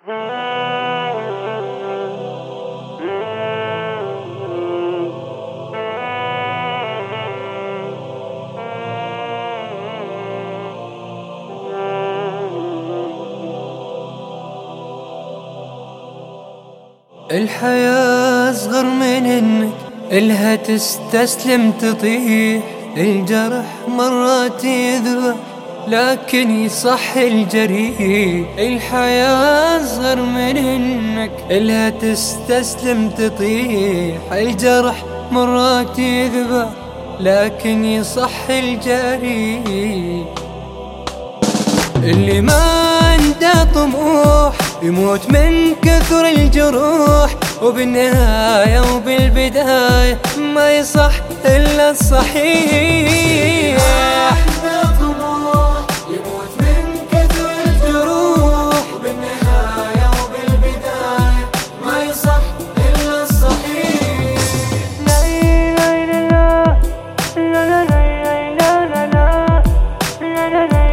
الحياة أصغر من إنك إلها تستسلم تطيح، الجرح مرات يذبح لكن يصح الجريح. الحياة أصغر من إنك إلها تستسلم تطيح، الجرح مرات يذبح لكن يصح الجريح. اللي ما عنده طموح يموت من كثر الجروح، وبالنهاية وبالبداية ما يصح إلا الصحيح. عنده طموح يموت من كثر الجروح، وبالنهاية وبالبداية ما يصح إلا الصحيح. لا لا لا لا لا لا لا لا لا لا.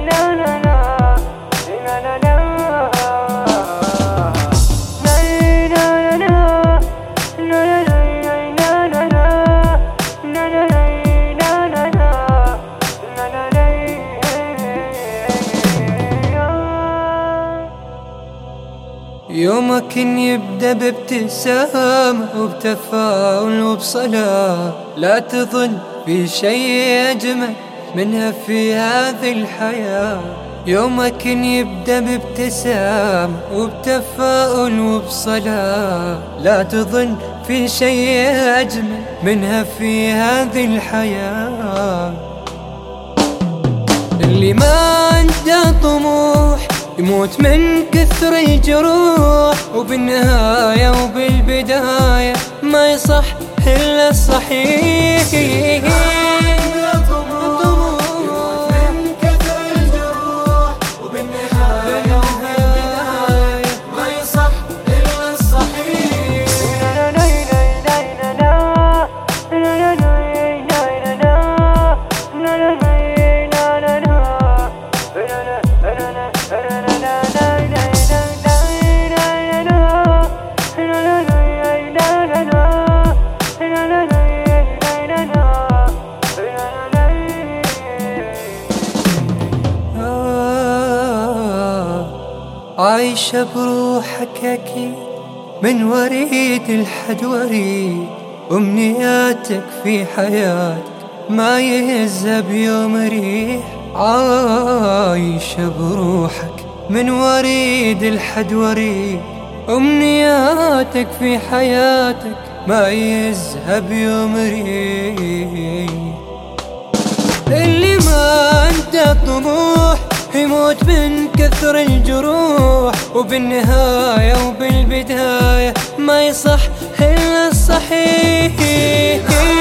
يومك يبدأ بابتسامة وبتفاؤل وبصلاة، لا تظن في شيء أجمل منها في هذه الحياة. يومك يبدأ بابتسامة وبتفاؤل وبصلاة، لا تظن في شيء أجمل منها في هذه الحياة. اللي ما عنده طموح يموت من كثر الجروح، وبالنهاية وبالبداية ما يصح إلا الصحيح. عايشة بروحك أكيد من وريد لحد وريد، أمنياتك في حياتك ما يهزها بيوم ريح. عايشة بروحك من وريد لحد وريد، أمنياتك في حياتك ما يهزها بيوم ريح. اللي ما عنده طموح يموت من كثر الجروح، وبالنهاية وبالبداية ما يصح إلا الصحيح.